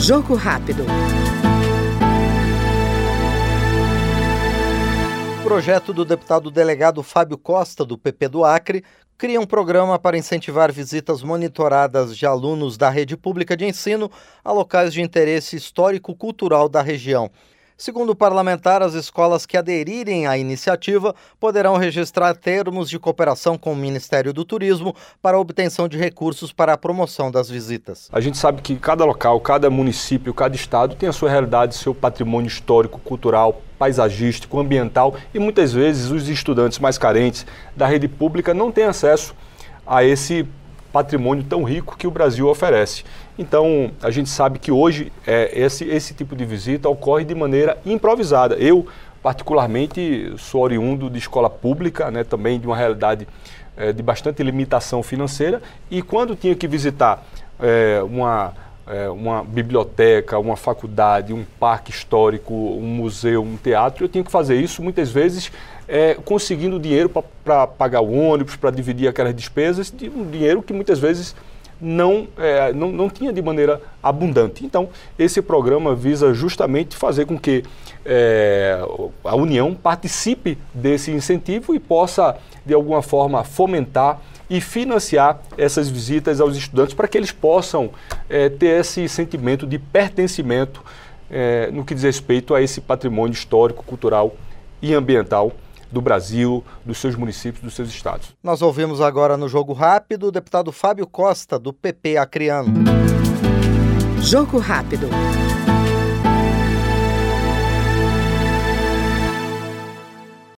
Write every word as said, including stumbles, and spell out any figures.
Jogo rápido. O projeto do deputado delegado Fábio Costa, do P P do Acre, cria um programa para incentivar visitas monitoradas de alunos da rede pública de ensino a locais de interesse histórico-cultural da região. Segundo o parlamentar, as escolas que aderirem à iniciativa poderão registrar termos de cooperação com o Ministério do Turismo para a obtenção de recursos para a promoção das visitas. A gente sabe que cada local, cada município, cada estado tem a sua realidade, seu patrimônio histórico, cultural, paisagístico, ambiental, e muitas vezes os estudantes mais carentes da rede pública não têm acesso a esse patrimônio tão rico que o Brasil oferece. Então, a gente sabe que hoje é, esse, esse tipo de visita ocorre de maneira improvisada. Eu, particularmente, sou oriundo de escola pública, né, também de uma realidade é, de bastante limitação financeira, e quando tinha que visitar é, uma, é, uma biblioteca, uma faculdade, um parque histórico, um museu, um teatro, eu tinha que fazer isso muitas vezes é, conseguindo dinheiro para pagar o ônibus, para dividir aquelas despesas, de um dinheiro que muitas vezes Não, é, não, não tinha de maneira abundante. Então, esse programa visa justamente fazer com que é, a União participe desse incentivo e possa, de alguma forma, fomentar e financiar essas visitas aos estudantes para que eles possam é, ter esse sentimento de pertencimento é, no que diz respeito a esse patrimônio histórico, cultural e ambiental do Brasil, dos seus municípios, dos seus estados. Nós ouvimos agora no Jogo Rápido o deputado Fábio Costa, do P P acreano. Jogo rápido.